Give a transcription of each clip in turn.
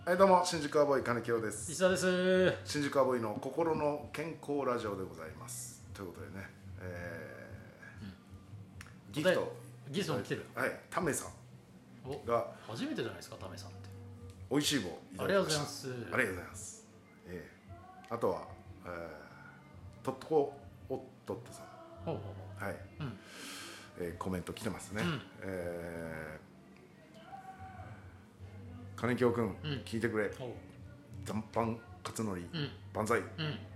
はい、どうも新宿アボーイ金城です。 石田です。 新宿アボーイの心の健康ラジオでございます。ということでね、ギフトギフトも来てる。 はい、タメさんが初めてじゃないですか、タメさんって。 美味しい棒いただきました。 ありがとうございます。 ありがとうございます。あとは、トットコオットットさん、 ほうほうほう。 はい、コメント来てますね。金京くん、聞いてくれ。残飯勝則、万歳。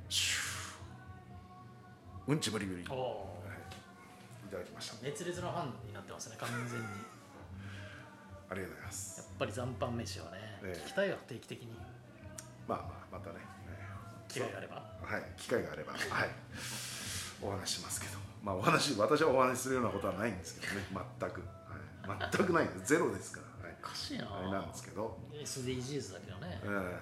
うんちぶりぶり。いただきました。 熱烈なファンになってますね、完全に。 ありがとうございます。 やっぱり残飯飯はね、聞きたいよ、定期的に。 またね、 機会があれば。 はい、機会があれば、はい、お話しますけど、私はお話しするようなことはないんですけどね、全くないです、ゼロですから。 おかしいな。 あれなんですけど。 SDGs だけどね。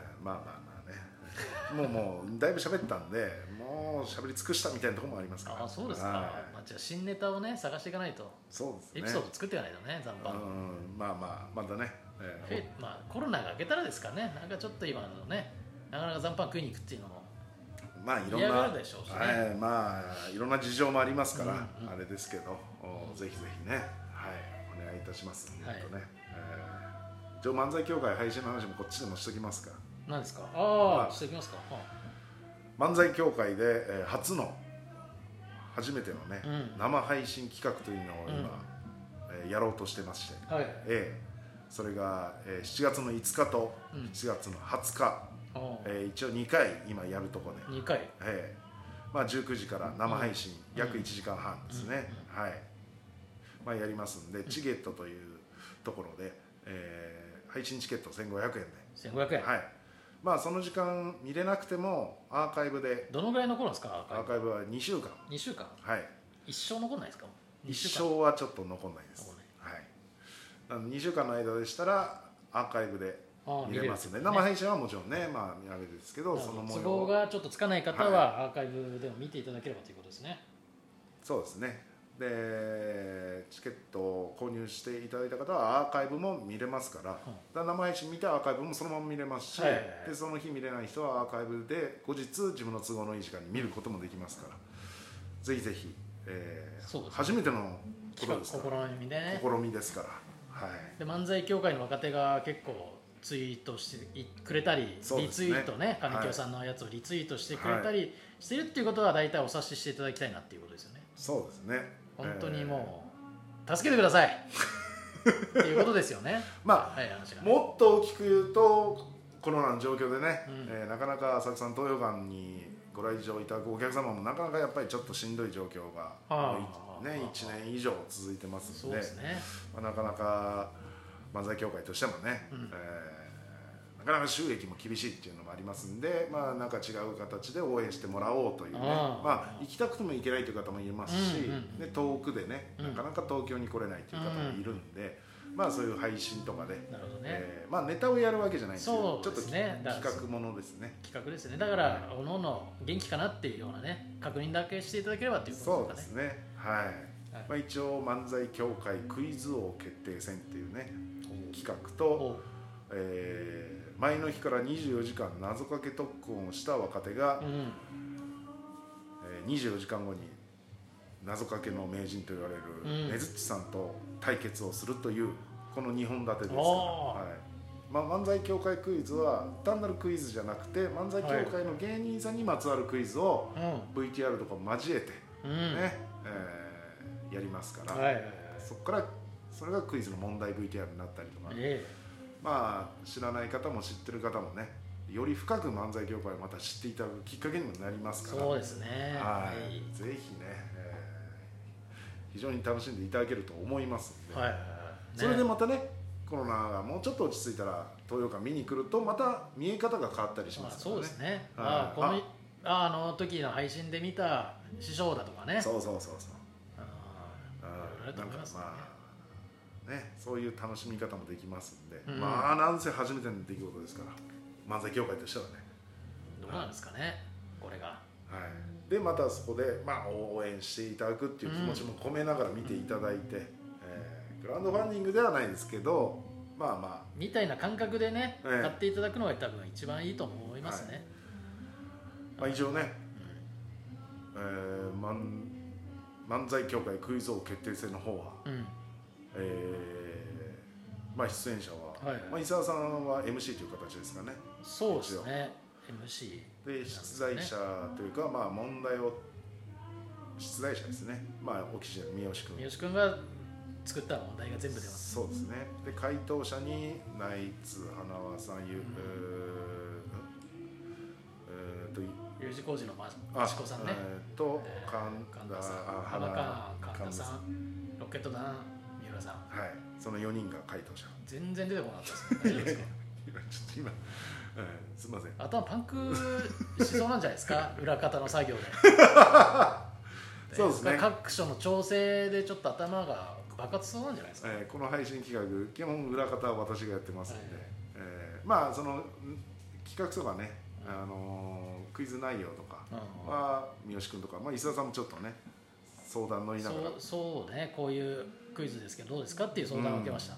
もうだいぶ喋ったんで、もう喋り尽くしたみたいなところもありますから。 あ、そうですか。じゃあ新ネタをね探していかないと。 そうですね。 エピソード作っていかないとね、残飯。 またね。 コロナが明けたらですかね。なんかちょっと今のね、なかなか残飯食いに行くっていうのも。 いろんな、いろんな事情もありますから、あれですけど、ぜひぜひね、お願いいたします。漫才協会配信の話もこっちでもしときますか。 何ですか。しておきますか。 漫才協会で初めてのね、生配信企画というのを今やろうとしてまして、それが7月の5日と7月の20日、一応2回今やるところで、 2回、 19時から生配信約1時間半ですね、やりますんで、チゲットというところで配信チケット1500円で、 1500円、 その時間見れなくてもアーカイブで。 どのぐらい残るんですか。 アーカイブは2週間。 2週間、一生残んないですか。 一生はちょっと残んないです。2週間の間でしたらアーカイブで見れますね。生配信はもちろんね、見られるんですけど、その都合がちょっとつかない方はアーカイブでも見ていただければということですね。 そうですね。でチケットを購入していただいた方はアーカイブも見れますから、生配信見てアーカイブもそのまま見れますし、でその日見れない人はアーカイブで後日自分の都合のいい時間に見ることもできますから、ぜひぜひ、初めてのことですから、試みですから。 で漫才協会の若手が結構ツイートしてくれたり、リツイートね、金城さんのやつをリツイートしてくれたりしてるっていうことは大体お察ししていただきたいなっていうことですよね。 そうですね。 本当にもう助けてくださいっていうことですよね。 もっと大きく言うと、コロナの状況でね、なかなか浅草の東洋館にご来場いただくお客様もなかなかやっぱりちょっとしんどい状況が1年以上続いてますので、なかなか漫才協会としてもね、なかなか収益も厳しいっていうのもありますんで、なんか違う形で応援してもらおうというね、行きたくても行けないという方もいますし、で遠くでね、なかなか東京に来れないという方もいるんで、そういう配信とかで、ネタをやるわけじゃないんですけど、ちょっと企画ものですね。 企画ですね。だからおのおの元気かなっていうようなね、確認だけしていただければということですかね。 そうですね。一応漫才協会クイズ王決定戦っていうね企画と、前の日から24時間謎かけ特訓をした若手が、24時間後に謎かけの名人と言われるねずっちさんと対決をするというこの2本立てですから、漫才協会クイズは単なるクイズじゃなくて、漫才協会の芸人さんにまつわるクイズを VTR とか交えてね、やりますから、そこからそれがクイズの問題 VTR になったりとか、知らない方も知ってる方もね、より深く漫才協会をまた知っていただくきっかけにもなりますから。 そうですね。 ぜひね、非常に楽しんでいただけると思いますので、それでまたね、コロナがもうちょっと落ち着いたら東洋館見に来るとまた見え方が変わったりしますからね。 そうですね。あの時の配信で見た師匠だとかね。 そうそういう楽しみ方もできますんで、なんせ初めての出来事ですから漫才協会としてはね。 どうなんですかね、これが。 でまたそこで応援していただくっていう気持ちも込めながら見ていただいて、クラウドファンディングではないですけど、 まあまあみたいな感覚でね、買っていただくのが多分一番いいと思いますね。 まあ、以上ね、漫才協会クイズ王決定戦の方は、まあ、出演者は、まあ、伊沢さんは MC という形ですかね。 そうですね、 MC で出題者というか、まあ、問題を出題者ですね、まあ、オキシエン三好君が作った問題が全部出ます。 そうですね。で回答者にナイツ花輪さん、 U字工事の益子さんね、 と神田さん、浜神田さん、ロケット団三浦さん、 はい、その4人が回答者。 全然出てこなかったですね。大丈夫ですか？ ちょっと今、すみません。 頭パンクしそうなんじゃないですか？裏方の作業で。 そうですね。 各所の調整でちょっと頭が爆発しそうなんじゃないですか？ この配信企画、基本裏方は私がやってますので、まあその企画とかね、クイズ内容とかは三好君とか、まあ、伊沢さんもちょっとね相談乗りながら、 そうね、こういうクイズですけどどうですかっていう相談を受けました。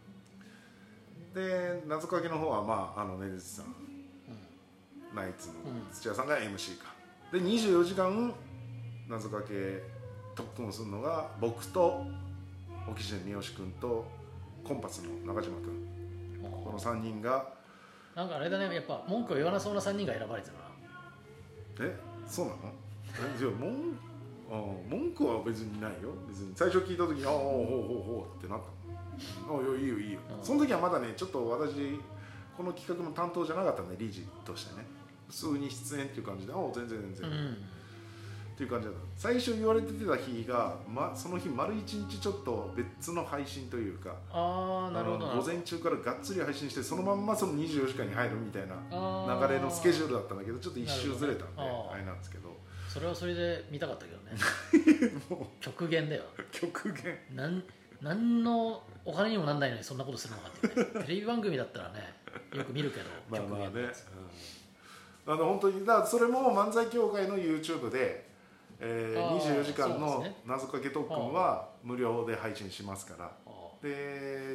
で謎かけの方は、まあ、ねずさん、ナイツの土屋さんが MC か、で24時間謎かけ特訓をするのが僕とオキシエン三好君とコンパスの中島君、この3人がなんかあれだね、やっぱ文句を言わなそうな3人が選ばれてるな。 そうなの？じゃあ文句は別にないよ。別に最初聞いた時にほうほうってなったの。いいよいいよ、その時はまだねちょっと私この企画の担当じゃなかったんで、理事としてね普通に出演っていう感じで全然、っていう感じだった。最初言われてた日が、その日丸1日ちょっと別の配信というか、 なるほど、 午前中からがっつり配信してそのまんまその24時間に入るみたいな流れのスケジュールだったんだけど、ちょっと一周ずれたんであれなんですけど、 それはそれで見たかったけどね。もう極限だよ。 極限。 何のお金にもなんないのにそんなことするのかっていうね。テレビ番組だったらねよく見るけど極限のやつ。 本当にそれも漫才協会の YouTube で、24時間の謎かけ特訓は無料で配信しますから。で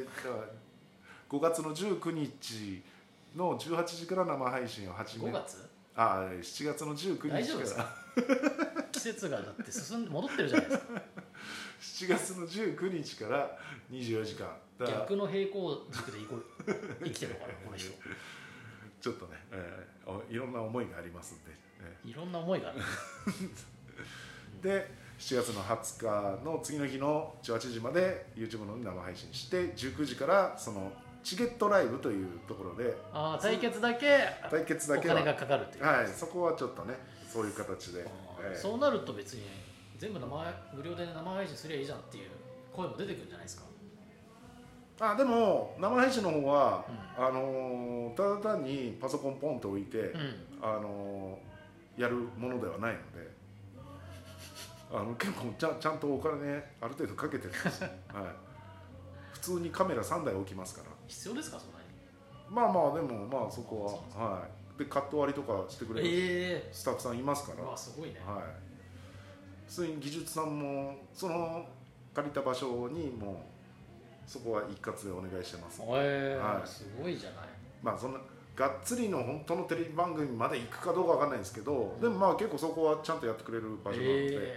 5月の19日の18時から生配信を始める。 5月 ？7月の19日から。大丈夫ですか？ 季節がだって戻ってるじゃないですか。 7月の19日から24時間。 逆の平行軸で生きてるのかなこの人。 ちょっとね、いろんな思いがありますんで、 いろんな思いがある。 で7月の20日の次の日の18時まで YouTube の生配信して、19時からそのチケットライブというところで対決だけお金がかかるっていう、 はい、そこはちょっとねそういう形で、 そうなると別に全部無料で生配信すりゃいいじゃんっていう声も出てくるんじゃないですか。 でも生配信の方は、ただ単にパソコンポンと置いて、やるものではないので、結構ちゃんとお金ある程度かけてるんですよ。普通にカメラ3台置きますから。 必要ですかそんなに？ でもそこはでカット割りとかしてくれるスタッフさんいますから。 すごいね。 普通に技術さんもその借りた場所にもうそこは一括でお願いしてます。 すごいじゃない。 そんながっつりの本当のテレビ番組まで行くかどうかわかんないんですけど、でも結構そこはちゃんとやってくれる場所なので、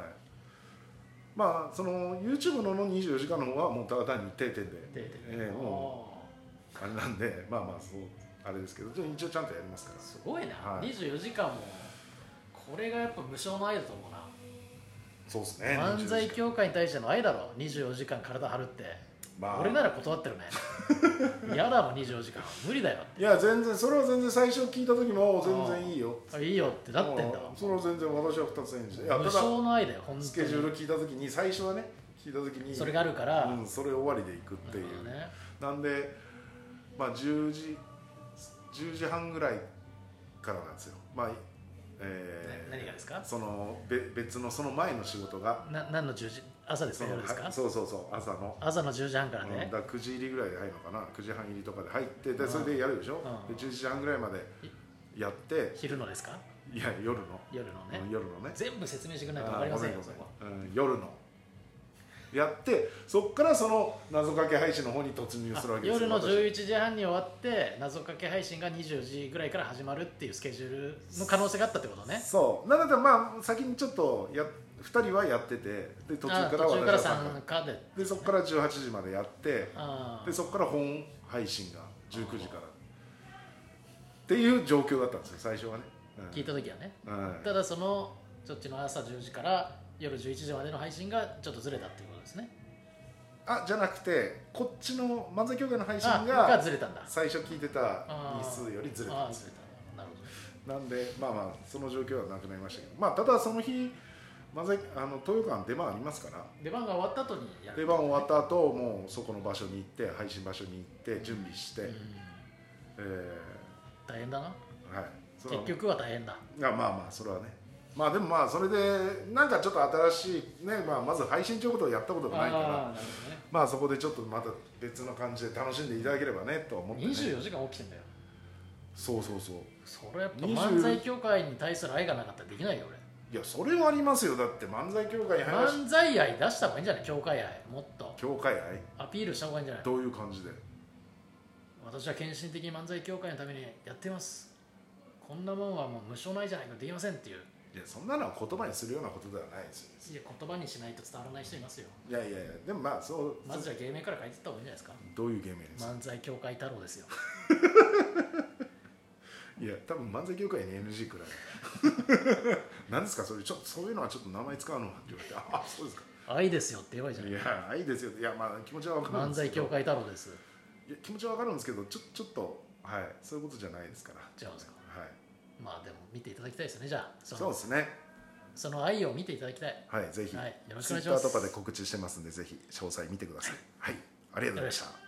その YouTube の24時間の方はもうただ単に定点で、もうあれなんでそうあれですけど、一応ちゃんとやりますから。 すごいな、24時間も。これがやっぱ無償の愛だと思うな。 そうですね。 漫才協会に対しての愛だろ、24時間体張るって。俺なら断ってるね。嫌だもん24時間無理だよって。 いや全然それは全然最初聞いた時も全然いいよいいよってなってんだ。 それは全然私は2つ演じて、 無償の愛だよ本当に。 スケジュール聞いた時に最初はね聞いた時にそれがあるから、 それ終わりでいくっていう、なんで10時半ぐらいからなんですよ。 何がですか？ その別のその前の仕事が何の10時？朝ですか？夜ですか？ そう朝の 10時半からね。 だから9時入りぐらいで入るのかな、9時半入りとかで入ってでそれでやるでしょ。で11時半ぐらいまでやって。 昼のですか？ いや夜のね。 全部説明してくれないと分かりませんよ。 夜のやってそこからその謎かけ配信の方に突入するわけですよ。 夜の11時半に終わって謎かけ配信が20時ぐらいから始まるっていうスケジュールの可能性があったってことね。 そうなのでまあ先にちょっと2人はやっててで途中から私は参加でそこから18時までやってでそこから本配信が19時からっていう状況だったんですよ最初はね、 聞いた時はね、ただそのそっちの朝10時から夜11時までの配信がちょっとずれたっていうことですね。 じゃなくてこっちの漫才協会の配信がずれたんだ。 最初聞いてた日数よりずれたんですよ。 なるほど。 なんでまあまあその状況はなくなりましたけど、まあただその日漫才東洋館出番ありますから、 出番が終わった後にやる、 出番終わった後もうそこの場所に行って配信場所に行って準備して、 大変だな。 はい、 結局は大変だ。 まあまあそれはね、まあでもまあそれでなんかちょっと新しいね、まあ、まず配信ということをやったことがないから、まあそこでちょっとまた別の感じで楽しんでいただければねと思ってね。 24時間起きてんだよ。 そうそうそう。 それやっぱ漫才協会に対する愛がなかったらできないよ俺。 いやそれはありますよ。だって漫才協会に漫才愛出した方がいいんじゃない？協会愛もっと協会愛アピールした方がいいんじゃない？ どういう感じで？ 私は献身的に漫才協会のためにやってます。こんなもんはもう無償ないじゃないかできませんっていう。 いやそんなのは言葉にするようなことではないですよ。 いや言葉にしないと伝わらない人いますよ。 いやでもまあそうまずは芸名から書いてった方がいいんじゃないですか。 どういう芸名ですか？ 漫才協会太郎ですよ。 いや多分漫才協会に NG くらい何ですかそれそういうのはちょっと名前使うのって言われてそうですか愛ですよって言えばいいじゃない。 いや愛ですよいやまあ気持ちは分かるんですけど漫才協会太郎です。 いや気持ちは分かるんですけどちょっとはいそういうことじゃないですから。 違うんですか。 はいまあでも見ていただきたいですね。じゃあそうですね。 その愛を見ていただきたい。 はいぜひ、 はい、よろしくお願いします。 Twitter とかで告知してますんでぜひ詳細見てください。はい、ありがとうございました。